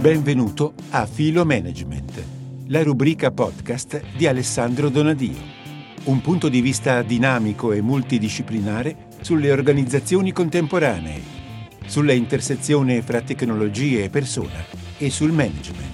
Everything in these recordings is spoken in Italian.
Benvenuto a Filo Management, la rubrica podcast di Alessandro Donadio. Un punto di vista dinamico e multidisciplinare sulle organizzazioni contemporanee, sulla intersezione fra tecnologie e persona e sul management.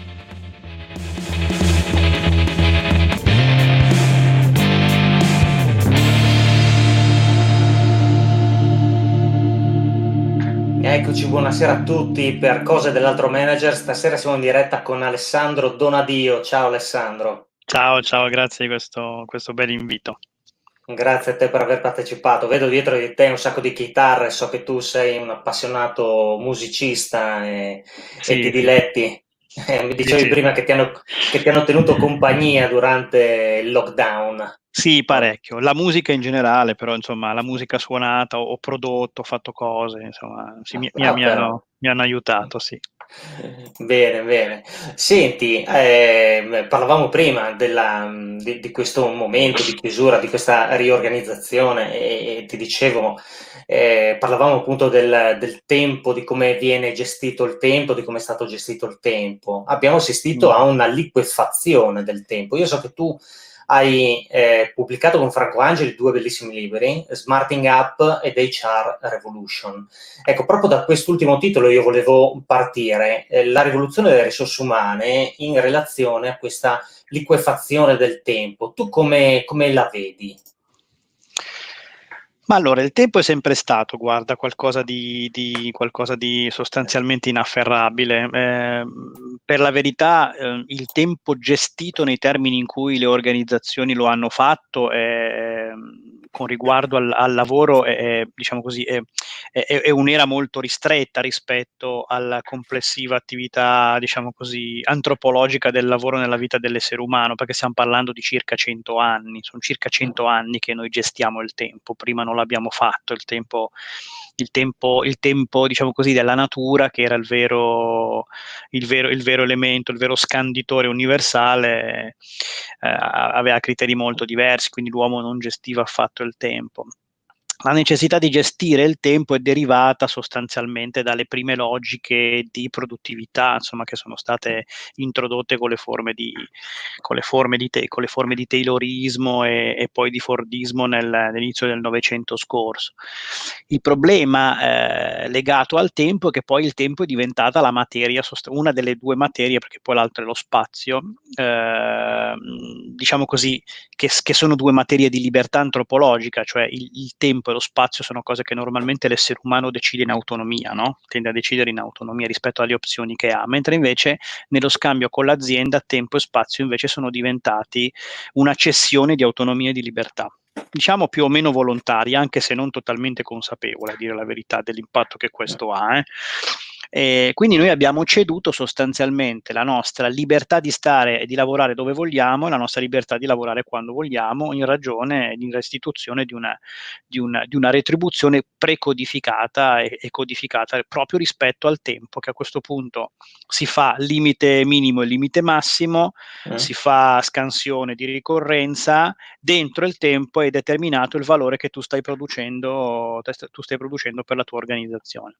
Eccoci, buonasera a tutti per Cose dell'Altro Manager. Stasera siamo in diretta con Alessandro Donadio. Ciao Alessandro. Ciao, grazie di questo bel invito. Grazie a te per aver partecipato. Vedo dietro di te un sacco di chitarre, so che tu sei un appassionato musicista e ti diletti. Mi dicevi prima che ti hanno tenuto compagnia durante il lockdown. Sì, parecchio. La musica in generale, però insomma, la musica suonata, ho prodotto, ho fatto cose, insomma, sì, mi hanno aiutato, sì. Bene. Senti, parlavamo prima di questo momento di chiusura, di questa riorganizzazione e ti dicevo, parlavamo appunto del tempo, di come viene gestito il tempo, di come è stato gestito il tempo. Abbiamo assistito a una liquefazione del tempo. Io so che tu hai pubblicato con Franco Angeli 2 bellissimi libri, Smarting Up ed HR Revolution. Ecco, proprio da quest'ultimo titolo io volevo partire, la rivoluzione delle risorse umane in relazione a questa liquefazione del tempo. Tu come la vedi? Ma allora, il tempo è sempre stato, guarda, qualcosa di sostanzialmente inafferrabile. Per la verità, il tempo gestito nei termini in cui le organizzazioni lo hanno fatto, con riguardo al lavoro, diciamo così, è un'era molto ristretta rispetto alla complessiva attività, diciamo così, antropologica del lavoro nella vita dell'essere umano, perché stiamo parlando di circa 100 anni, sono circa 100 anni che noi gestiamo il tempo, prima non l'abbiamo fatto, il tempo, diciamo così, della natura, che era il vero elemento, il vero scanditore universale, aveva criteri molto diversi, quindi l'uomo non gestiva affatto il tempo. La necessità di gestire il tempo è derivata sostanzialmente dalle prime logiche di produttività, insomma, che sono state introdotte con le forme di Taylorismo e poi di Fordismo nell'inizio del Novecento scorso. Il problema legato al tempo è che poi il tempo è diventata la materia, una delle due materie, perché poi l'altro è lo spazio, diciamo così, che sono due materie di libertà antropologica, cioè il tempo e lo spazio sono cose che normalmente l'essere umano decide in autonomia, no? Tende a decidere in autonomia rispetto alle opzioni che ha, mentre invece nello scambio con l'azienda tempo e spazio invece sono diventati una cessione di autonomia e di libertà, diciamo più o meno volontaria, anche se non totalmente consapevole, a dire la verità, dell'impatto che questo ha. Quindi noi abbiamo ceduto sostanzialmente la nostra libertà di stare e di lavorare dove vogliamo e la nostra libertà di lavorare quando vogliamo, in ragione di restituzione di una retribuzione precodificata e codificata proprio rispetto al tempo, che a questo punto si fa limite minimo e limite massimo, si fa scansione di ricorrenza, dentro il tempo è determinato il valore che tu stai producendo per la tua organizzazione.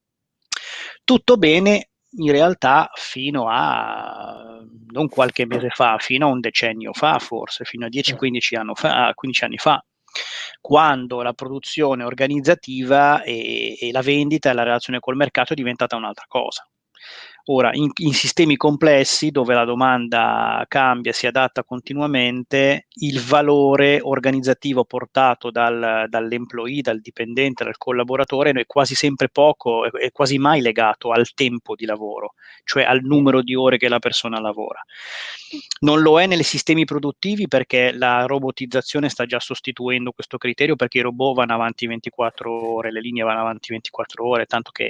Tutto bene in realtà fino a non qualche mese fa, fino a un decennio fa, forse fino a 10-15 anni fa, quando la produzione organizzativa e la vendita e la relazione col mercato è diventata un'altra cosa. Ora, in sistemi complessi dove la domanda cambia, si adatta continuamente, il valore organizzativo portato dall'employee, dal dipendente, dal collaboratore è quasi sempre poco, è quasi mai legato al tempo di lavoro, cioè al numero di ore che la persona lavora. Non lo è nei sistemi produttivi perché la robotizzazione sta già sostituendo questo criterio, perché i robot vanno avanti 24 ore, le linee vanno avanti 24 ore, tanto che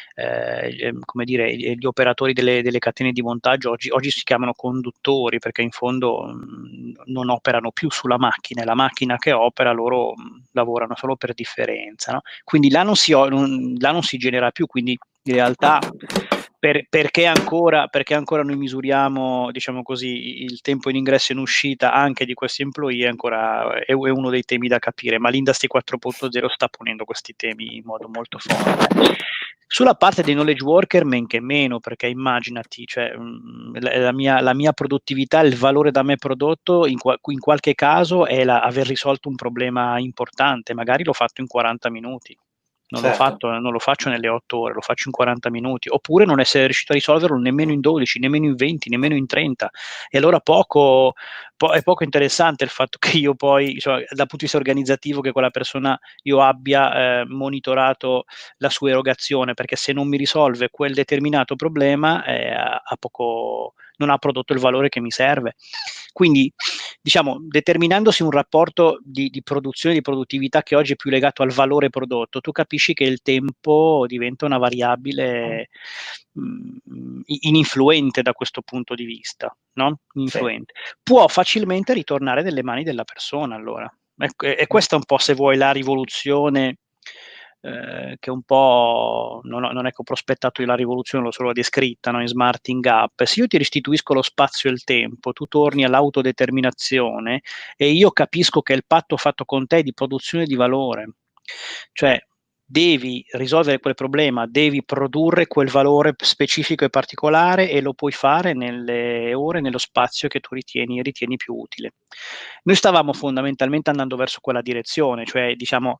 come dire, gli operatori delle catene di montaggio oggi si chiamano conduttori, perché in fondo non operano più sulla macchina, è la macchina che opera, loro lavorano solo per differenza, no? Quindi là non si genera più, quindi in realtà perché ancora noi misuriamo, diciamo così, il tempo in ingresso e in uscita anche di questi employee è uno dei temi da capire, ma l'Industry 4.0 sta ponendo questi temi in modo molto forte. Sulla parte dei knowledge worker men che meno, perché immaginati, cioè, la mia produttività, il valore da me prodotto in qualche caso è aver risolto un problema importante, magari l'ho fatto in 40 minuti. Non lo faccio nelle 8 ore, lo faccio in 40 minuti, oppure non essere riuscito a risolverlo nemmeno in 12, nemmeno in 20, nemmeno in 30. E allora è poco interessante il fatto che io poi, dal punto di vista organizzativo, che quella persona io abbia monitorato la sua erogazione, perché se non mi risolve quel determinato problema non ha prodotto il valore che mi serve. Quindi, diciamo, determinandosi un rapporto di produzione, di produttività che oggi è più legato al valore prodotto, tu capisci che il tempo diventa una variabile ininfluente da questo punto di vista, no? Influente. Sì. Può facilmente ritornare nelle mani della persona, allora. E questa è un po', se vuoi, la rivoluzione che un po' non è che ho prospettato io la rivoluzione, l'ho solo descritta, no? In Smarting Up. Se io ti restituisco lo spazio e il tempo, tu torni all'autodeterminazione e io capisco che il patto fatto con te è di produzione di valore, cioè devi risolvere quel problema, devi produrre quel valore specifico e particolare e lo puoi fare nelle ore, nello spazio che tu ritieni più utile. Noi stavamo fondamentalmente andando verso quella direzione, cioè diciamo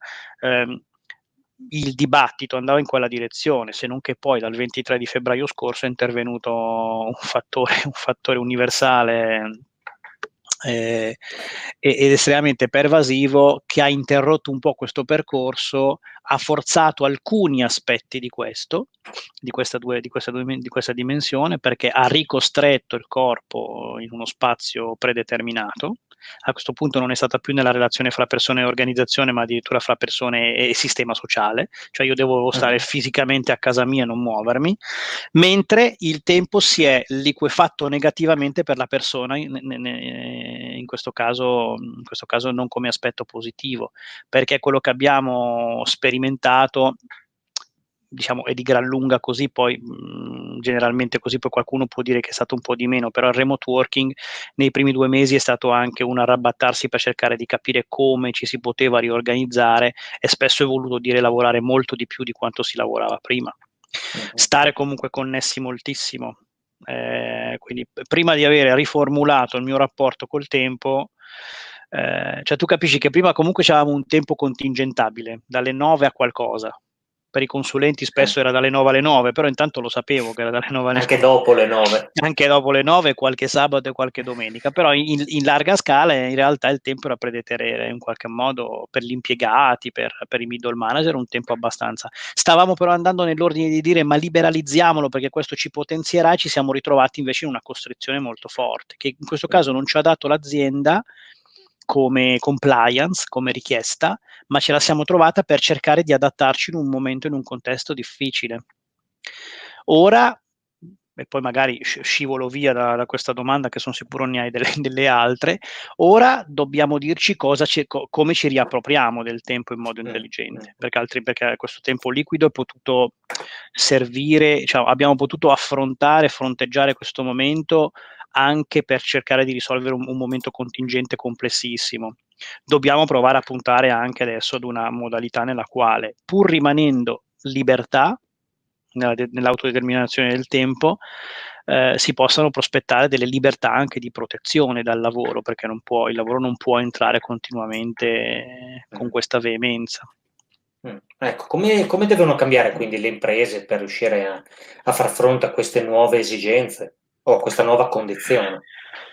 il dibattito andava in quella direzione, se non che poi dal 23 di febbraio scorso è intervenuto un fattore universale ed estremamente pervasivo, che ha interrotto un po' questo percorso, ha forzato alcuni aspetti di questa dimensione, perché ha ricostretto il corpo in uno spazio predeterminato. A questo punto non è stata più nella relazione fra persone e organizzazione, ma addirittura fra persone e sistema sociale, cioè io devo stare fisicamente a casa mia e non muovermi, mentre il tempo si è liquefatto negativamente per la persona, in questo caso non come aspetto positivo, perché quello che abbiamo sperimentato, diciamo, è di gran lunga così, poi generalmente così, poi qualcuno può dire che è stato un po' di meno, però il remote working nei primi 2 mesi è stato anche un arrabattarsi per cercare di capire come ci si poteva riorganizzare, e spesso è voluto dire lavorare molto di più di quanto si lavorava prima. Stare comunque connessi moltissimo, quindi prima di avere riformulato il mio rapporto col tempo, cioè tu capisci che prima comunque c'avevamo un tempo contingentabile, dalle 9 a qualcosa. Per i consulenti spesso era dalle 9 alle 9, però intanto lo sapevo che era dalle 9 alle 9. Anche dopo le 9. Anche dopo le 9, qualche sabato e qualche domenica, però in larga scala in realtà il tempo era predeterminato in qualche modo per gli impiegati, per i middle manager, un tempo abbastanza. Stavamo però andando nell'ordine di dire ma liberalizziamolo perché questo ci potenzierà, e ci siamo ritrovati invece in una costrizione molto forte, che in questo caso non ci ha dato l'azienda come compliance, come richiesta, ma ce la siamo trovata per cercare di adattarci in un momento, in un contesto difficile. Ora, e poi magari scivolo via da questa domanda, che sono sicuro ne hai delle altre, ora dobbiamo dirci come ci riappropriamo del tempo in modo intelligente, perché questo tempo liquido è potuto servire, cioè abbiamo potuto fronteggiare questo momento anche per cercare di risolvere un momento contingente complessissimo. Dobbiamo provare a puntare anche adesso ad una modalità nella quale, pur rimanendo libertà nell'autodeterminazione del tempo, si possano prospettare delle libertà anche di protezione dal lavoro, perché il lavoro non può entrare continuamente con questa veemenza. Ecco, come devono cambiare quindi le imprese per riuscire a far fronte a queste nuove esigenze o a questa nuova condizione?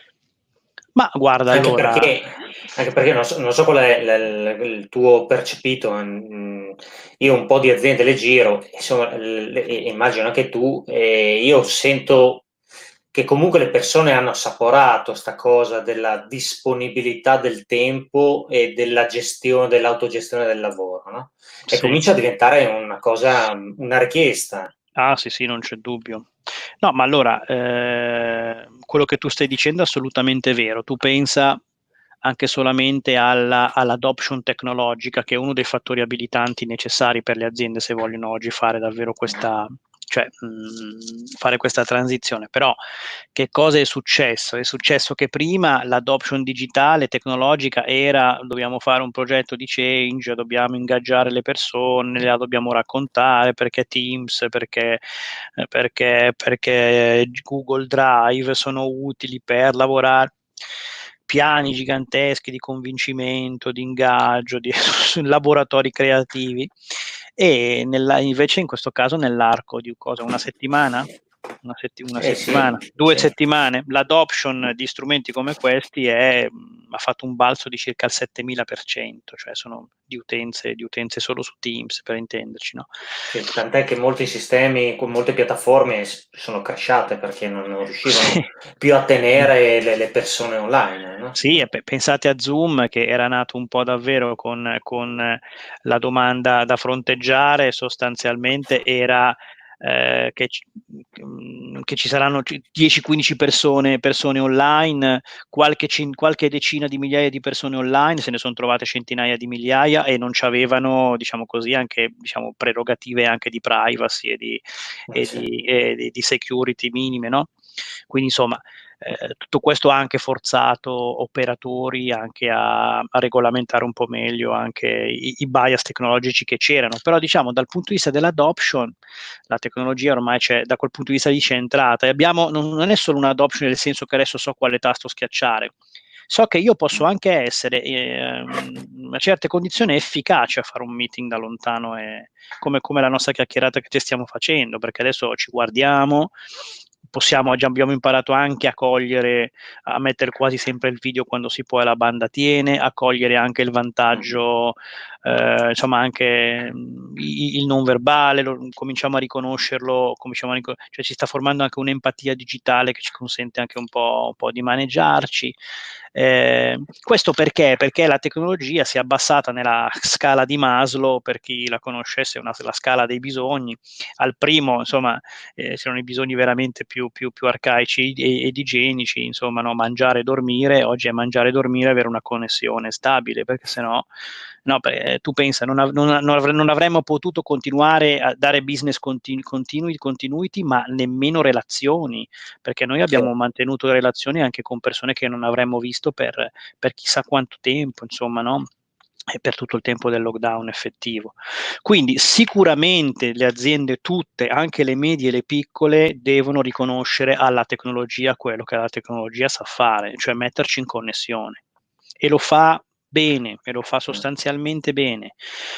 Ma guarda, anche allora... perché non so qual è il tuo percepito. Io un po' di aziende le giro, insomma, immagino anche tu, io sento che comunque le persone hanno assaporato sta cosa della disponibilità del tempo e dell'autogestione del lavoro, no? E Sì. comincia a diventare una cosa, una richiesta. Ah sì, non c'è dubbio. No, ma allora, quello che tu stai dicendo è assolutamente vero. Tu pensa anche solamente all'adoption tecnologica, che è uno dei fattori abilitanti necessari per le aziende se vogliono oggi fare davvero questa cioè fare questa transizione. Però che cosa è successo? È successo che prima l'adoption digitale, tecnologica era: dobbiamo fare un progetto di change, dobbiamo ingaggiare le persone, la dobbiamo raccontare, perché Teams, perché Google Drive sono utili per lavorare, piani giganteschi di convincimento, di ingaggio, di laboratori creativi. E invece in questo caso nell'arco di una settimana, una settimana, Sì, 2 settimane, l'adoption di strumenti come questi ha fatto un balzo di circa il 7000%, cioè sono di utenze solo su Teams, per intenderci, no? sì, tant'è che molti sistemi, con molte piattaforme sono crashate perché non riuscivano Sì. più a tenere le persone online, no? Sì, e pensate a Zoom, che era nato un po' davvero con la domanda da fronteggiare. Sostanzialmente era che ci saranno 10-15 persone online, qualche decina di migliaia di persone online, se ne sono trovate centinaia di migliaia, e non c'avevano, diciamo così, anche, diciamo, prerogative anche di privacy Sì. e di security minime, no? Quindi insomma, tutto questo ha anche forzato operatori anche a regolamentare un po' meglio anche i bias tecnologici che c'erano. Però, diciamo, dal punto di vista dell'adoption, la tecnologia ormai c'è, da quel punto di vista lì c'è entrata, e non è solo un'adoption nel senso che adesso so quale tasto schiacciare. So che io posso anche essere in certe condizioni efficace a fare un meeting da lontano, come la nostra chiacchierata che stiamo facendo, perché adesso ci guardiamo, abbiamo imparato anche a mettere quasi sempre il video quando si può e la banda tiene, a cogliere anche il vantaggio, insomma, anche il non verbale, cominciamo a riconoscerlo, cioè si sta formando anche un'empatia digitale che ci consente anche un po' di maneggiarci. Questo perché? Perché la tecnologia si è abbassata nella scala di Maslow, per chi la conoscesse, la scala dei bisogni. Al primo, insomma, c'erano i bisogni veramente più arcaici ed igienici, insomma, no? Mangiare e dormire. Oggi è mangiare e dormire e avere una connessione stabile, perché sennò, no, tu pensa, non avremmo potuto continuare a dare business continuity, ma nemmeno relazioni, perché noi abbiamo mantenuto relazioni anche con persone che non avremmo visto per chissà quanto tempo, insomma, no? E per tutto il tempo del lockdown effettivo. Quindi sicuramente le aziende tutte, anche le medie e le piccole, devono riconoscere alla tecnologia quello che la tecnologia sa fare, cioè metterci in connessione. E lo fa bene, e lo fa sostanzialmente bene,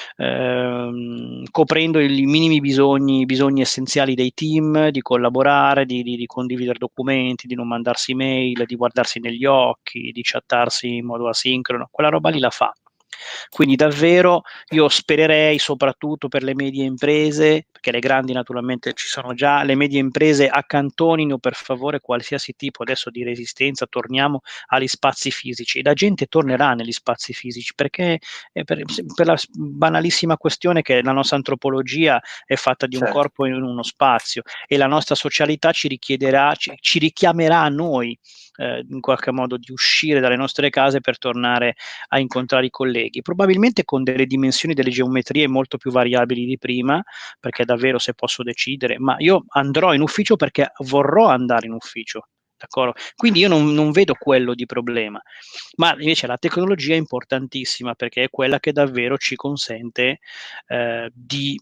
coprendo i minimi bisogni essenziali dei team, di collaborare, di condividere documenti, di non mandarsi mail, di guardarsi negli occhi, di chattarsi in modo asincrono. Quella roba lì la fa. Quindi davvero io spererei, soprattutto per le medie imprese, perché le grandi naturalmente ci sono già, le medie imprese accantonino per favore qualsiasi tipo adesso di resistenza, torniamo agli spazi fisici, e la gente tornerà negli spazi fisici, perché per la banalissima questione che la nostra antropologia è fatta di un corpo in uno spazio, e la nostra socialità ci richiamerà a noi in qualche modo di uscire dalle nostre case per tornare a incontrare i colleghi, probabilmente con delle dimensioni, delle geometrie molto più variabili di prima, perché davvero, se posso decidere, ma io andrò in ufficio perché vorrò andare in ufficio, d'accordo? Quindi io non vedo quello di problema, ma invece la tecnologia è importantissima, perché è quella che davvero ci consente di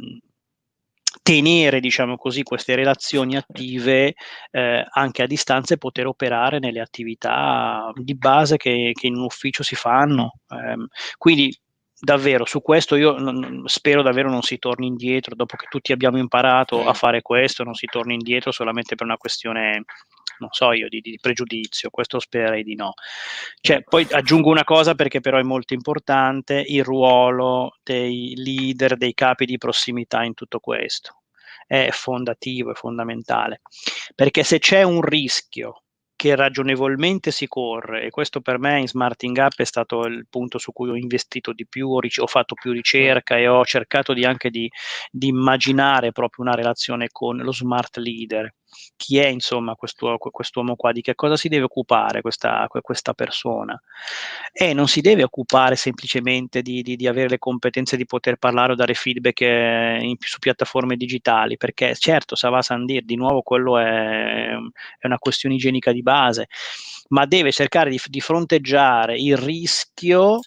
tenere, diciamo così, queste relazioni attive anche a distanza, e poter operare nelle attività di base che in un ufficio si fanno. Quindi davvero su questo io spero davvero non si torni indietro, dopo che tutti abbiamo imparato a fare questo, non si torni indietro solamente per una questione, non so io, di pregiudizio. Questo spererei di no. Cioè, poi aggiungo una cosa, perché però è molto importante: il ruolo dei leader, dei capi di prossimità in tutto questo è fondativo, è fondamentale, perché se c'è un rischio che ragionevolmente si corre, e questo per me in Smarting Up è stato il punto su cui ho investito di più, ho fatto più ricerca, e ho cercato anche di immaginare proprio una relazione con lo smart leader, chi è insomma quest'uomo qua, di che cosa si deve occupare questa persona, e non si deve occupare semplicemente di avere le competenze di poter parlare o dare feedback su piattaforme digitali, perché certo, ça va sans dire, di nuovo quello è una questione igienica di base, ma deve cercare di fronteggiare il rischio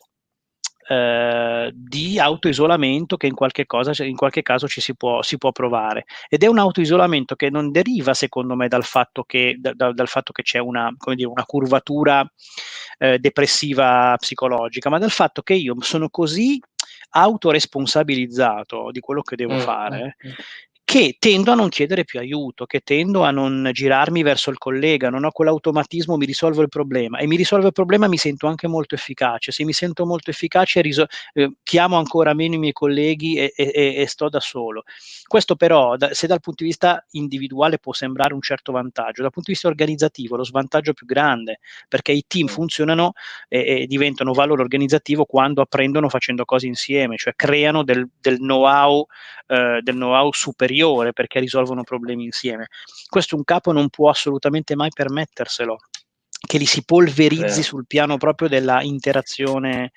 di autoisolamento che in qualche caso si può provare, ed è un autoisolamento che non deriva secondo me dal fatto che c'è una curvatura depressiva psicologica, ma dal fatto che io sono così autoresponsabilizzato di quello che devo fare, che tendo a non chiedere più aiuto, che tendo a non girarmi verso il collega, non ho quell'automatismo, mi risolvo il problema, e mi risolvo il problema, mi sento anche molto efficace. Se mi sento molto efficace, chiamo ancora meno i miei colleghi e sto da solo. Questo però, se dal punto di vista individuale può sembrare un certo vantaggio, dal punto di vista organizzativo lo svantaggio più grande, perché i team funzionano e diventano valore organizzativo quando apprendono facendo cose insieme, cioè creano del know-how superiore, perché risolvono problemi insieme. Questo un capo non può assolutamente mai permetterselo, che li si polverizzi sul piano proprio della interazione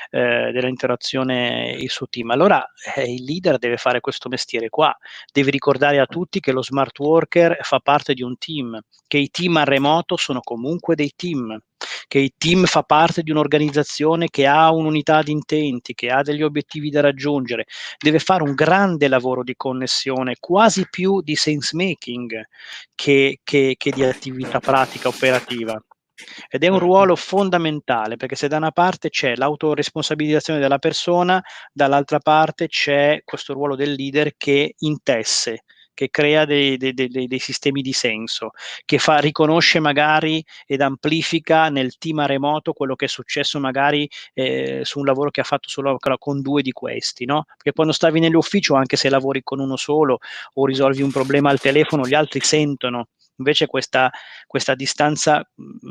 il suo team. Allora il leader deve fare questo mestiere qua, deve ricordare a tutti che lo smart worker fa parte di un team, che i team a remoto sono comunque dei team, che il team fa parte di un'organizzazione che ha un'unità di intenti, che ha degli obiettivi da raggiungere, deve fare un grande lavoro di connessione, quasi più di sense making che di attività pratica operativa. Ed è un ruolo fondamentale, perché se da una parte c'è l'autoresponsabilizzazione della persona, dall'altra parte c'è questo ruolo del leader che intesse, che crea dei sistemi di senso, che riconosce magari ed amplifica nel team a remoto quello che è successo magari su un lavoro che ha fatto solo con due di questi, no? Perché quando stavi nell'ufficio, anche se lavori con uno solo o risolvi un problema al telefono, gli altri sentono. Invece questa distanza,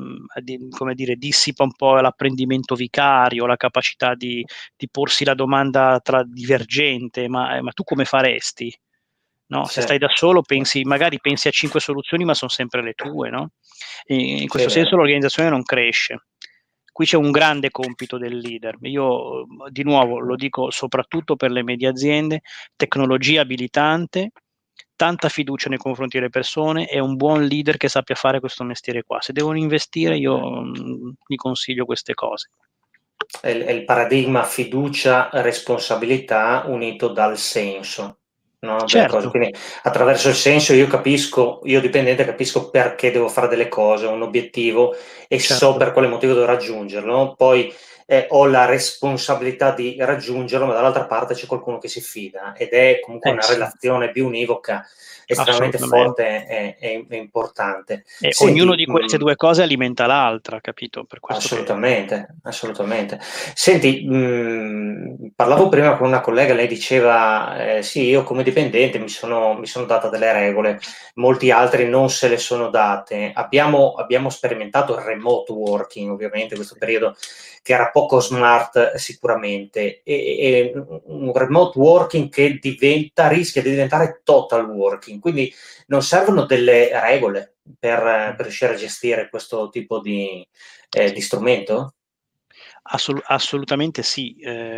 come dire, dissipa un po' l'apprendimento vicario, la capacità di porsi la domanda divergente, ma tu come faresti? No? Se stai da solo magari pensi a 5 soluzioni, ma sono sempre le tue, no? E in questo senso l'organizzazione non cresce. Qui c'è un grande compito del leader. Io di nuovo lo dico soprattutto per le medie aziende: tecnologia abilitante, tanta fiducia nei confronti delle persone e un buon leader che sappia fare questo mestiere qua. Se devono investire, io gli consiglio queste cose. È il paradigma fiducia, responsabilità unito dal senso. No, certo. Quindi attraverso il senso io dipendente capisco perché devo fare delle cose, ho un obiettivo e so per quale motivo devo raggiungerlo, poi ho la responsabilità di raggiungerlo, ma dall'altra parte c'è qualcuno che si fida, ed è comunque una relazione biunivoca estremamente forte e importante. E ognuno di queste due cose alimenta l'altra, capito? Per questo assolutamente. Senti, parlavo prima con una collega, lei diceva sì, io come dipendente mi sono data delle regole, molti altri non se le sono date. Abbiamo sperimentato il remote working, ovviamente, in questo periodo, che era poco smart sicuramente, e un remote working che rischia di diventare total working, quindi non servono delle regole per riuscire a gestire questo tipo di strumento? Assolutamente sì.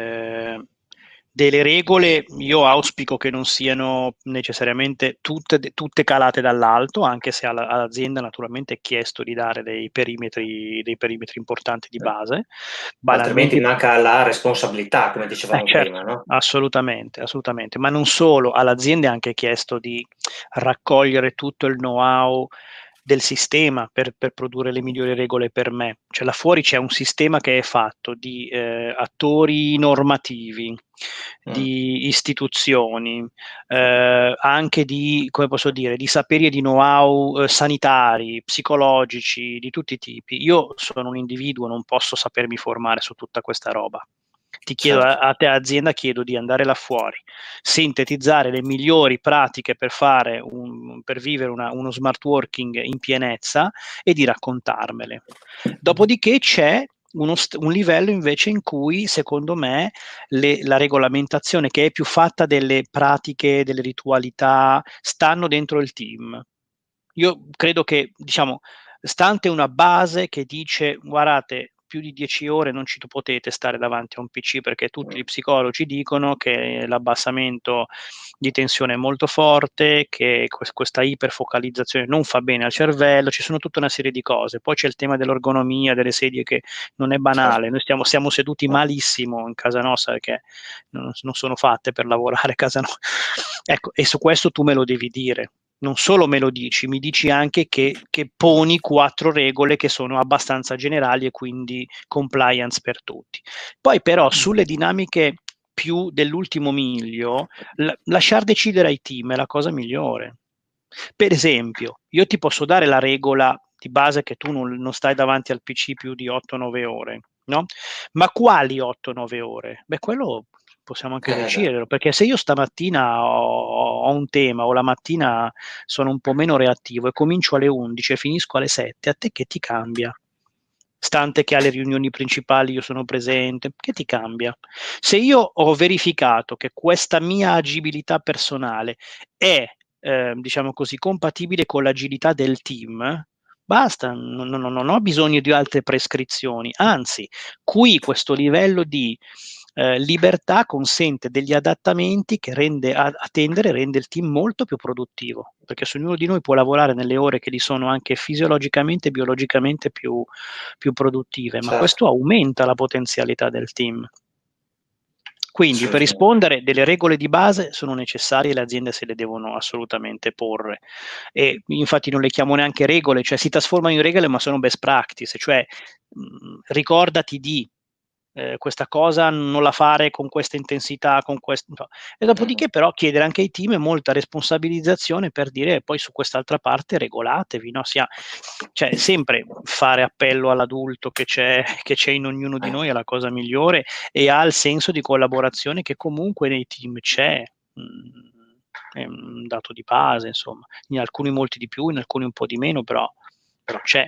Delle regole io auspico che non siano necessariamente tutte calate dall'alto, anche se all'azienda naturalmente è chiesto di dare dei perimetri importanti di base. Altrimenti manca la responsabilità, come dicevamo prima, no? Assolutamente, ma non solo, all'azienda è anche chiesto di raccogliere tutto il know-how del sistema per produrre le migliori regole per me. Cioè là fuori c'è un sistema che è fatto di attori normativi, di istituzioni, anche di, come posso dire, di saperi e di know-how sanitari, psicologici, di tutti i tipi. Io sono un individuo, non posso sapermi formare su tutta questa roba. Ti chiedo, a te azienda chiedo di andare là fuori, sintetizzare le migliori pratiche per vivere uno smart working in pienezza e di raccontarmele. Dopodiché c'è un livello invece in cui, secondo me, la regolamentazione, che è più fatta delle pratiche, delle ritualità, stanno dentro il team. io credo che, diciamo, stante una base che dice guardate, più di 10 ore non ci potete stare davanti a un PC, perché tutti gli psicologi dicono che l'abbassamento di tensione è molto forte, che questa iperfocalizzazione non fa bene al cervello, ci sono tutta una serie di cose. Poi c'è il tema dell'ergonomia delle sedie, che non è banale, noi siamo seduti malissimo in casa nostra, perché non sono fatte per lavorare a casa nostra. Ecco, e su questo tu me lo devi dire. Non solo me lo dici, mi dici anche che poni 4 regole che sono abbastanza generali e quindi compliance per tutti. Poi però sulle dinamiche più dell'ultimo miglio, lasciar decidere ai team è la cosa migliore. Per esempio, io ti posso dare la regola di base che tu non stai davanti al PC più di 8-9 ore, no? Ma quali 8-9 ore? Beh, quello possiamo anche deciderlo, perché se io stamattina ho un tema, o la mattina sono un po' meno reattivo e comincio alle 11 e finisco alle 7, a te che ti cambia? Stante che alle riunioni principali io sono presente, che ti cambia? Se io ho verificato che questa mia agibilità personale è, diciamo così, compatibile con l'agilità del team, basta, non ho bisogno di altre prescrizioni, anzi, qui questo livello di libertà consente degli adattamenti che rende il team molto più produttivo, perché se ognuno di noi può lavorare nelle ore che gli sono anche fisiologicamente e biologicamente più produttive, ma questo aumenta la potenzialità del team. Quindi per rispondere, delle regole di base sono necessarie, le aziende se le devono assolutamente porre, e infatti non le chiamo neanche regole, cioè si trasformano in regole ma sono best practice, cioè ricordati di questa cosa non la fare con questa intensità, con no. E dopodiché però chiedere anche ai team molta responsabilizzazione per dire poi su quest'altra parte regolatevi, no? Cioè sempre fare appello all'adulto che c'è in ognuno di noi è la cosa migliore, e ha il senso di collaborazione che comunque nei team c'è. È un dato di base, insomma, in alcuni molti di più, in alcuni un po' di meno, però c'è.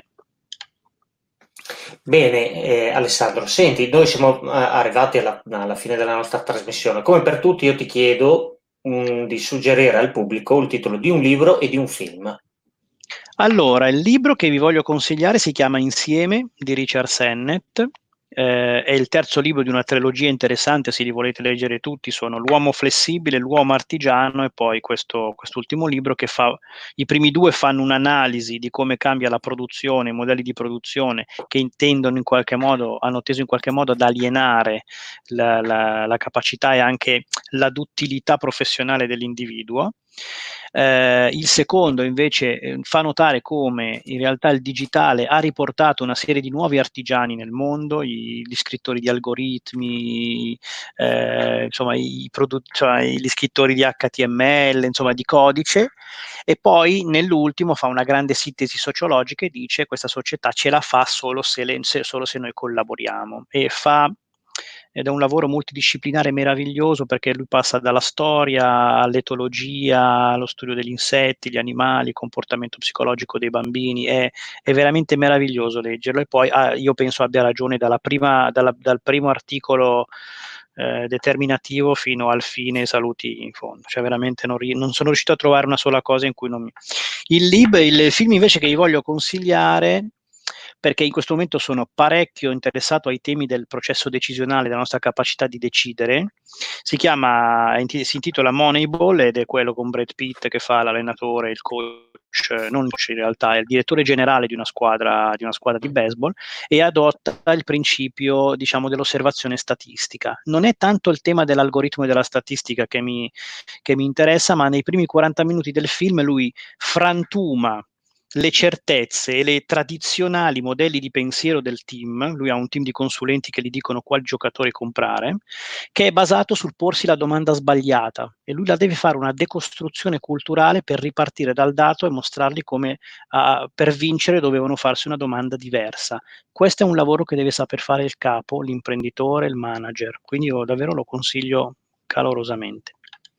Bene, Alessandro, senti, noi siamo arrivati alla fine della nostra trasmissione. Come per tutti, io ti chiedo di suggerire al pubblico il titolo di un libro e di un film. Allora, il libro che vi voglio consigliare si chiama Insieme di Richard Sennett. È il terzo libro di una trilogia interessante, se li volete leggere tutti, sono L'uomo flessibile, L'uomo artigiano e poi quest'ultimo libro che i primi due fanno un'analisi di come cambia la produzione, i modelli di produzione che hanno teso in qualche modo ad alienare la capacità e anche la duttilità professionale dell'individuo. Il secondo invece fa notare come in realtà il digitale ha riportato una serie di nuovi artigiani nel mondo, gli scrittori di algoritmi, insomma, gli scrittori di HTML, insomma di codice, e poi nell'ultimo fa una grande sintesi sociologica e dice questa società ce la fa solo se noi collaboriamo, ed è un lavoro multidisciplinare meraviglioso, perché lui passa dalla storia all'etologia, allo studio degli insetti, gli animali, il comportamento psicologico dei bambini, è veramente meraviglioso leggerlo, e poi io penso abbia ragione dal primo articolo determinativo fino al fine saluti in fondo, cioè veramente non sono riuscito a trovare una sola cosa in cui non mi... Il film invece che vi voglio consigliare, perché in questo momento sono parecchio interessato ai temi del processo decisionale, della nostra capacità di decidere, si intitola Moneyball, ed è quello con Brad Pitt che fa l'allenatore, il coach, non in realtà è il direttore generale di una squadra di baseball, e adotta il principio, diciamo, dell'osservazione statistica. Non è tanto il tema dell'algoritmo e della statistica che mi interessa, ma nei primi 40 minuti del film lui frantuma le certezze e le tradizionali modelli di pensiero del team. Lui ha un team di consulenti che gli dicono quali giocatori comprare, che è basato sul porsi la domanda sbagliata, e lui la deve fare una decostruzione culturale per ripartire dal dato e mostrargli come per vincere dovevano farsi una domanda diversa. Questo è un lavoro che deve saper fare il capo, l'imprenditore, il manager, quindi io davvero lo consiglio calorosamente.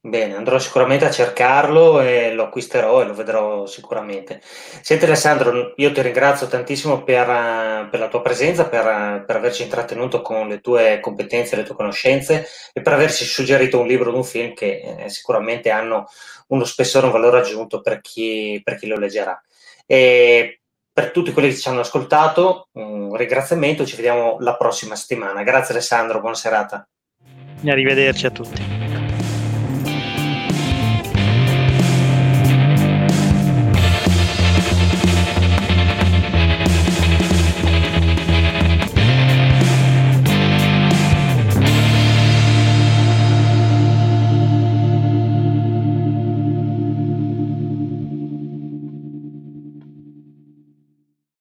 Bene, andrò sicuramente a cercarlo e lo acquisterò e lo vedrò sicuramente. Senti Alessandro, io ti ringrazio tantissimo per la tua presenza, per averci intrattenuto con le tue competenze, le tue conoscenze e per averci suggerito un libro o un film che sicuramente hanno uno spessore, un valore aggiunto per chi lo leggerà. E per tutti quelli che ci hanno ascoltato, un ringraziamento, ci vediamo la prossima settimana. Grazie Alessandro, buona serata. Arrivederci a tutti.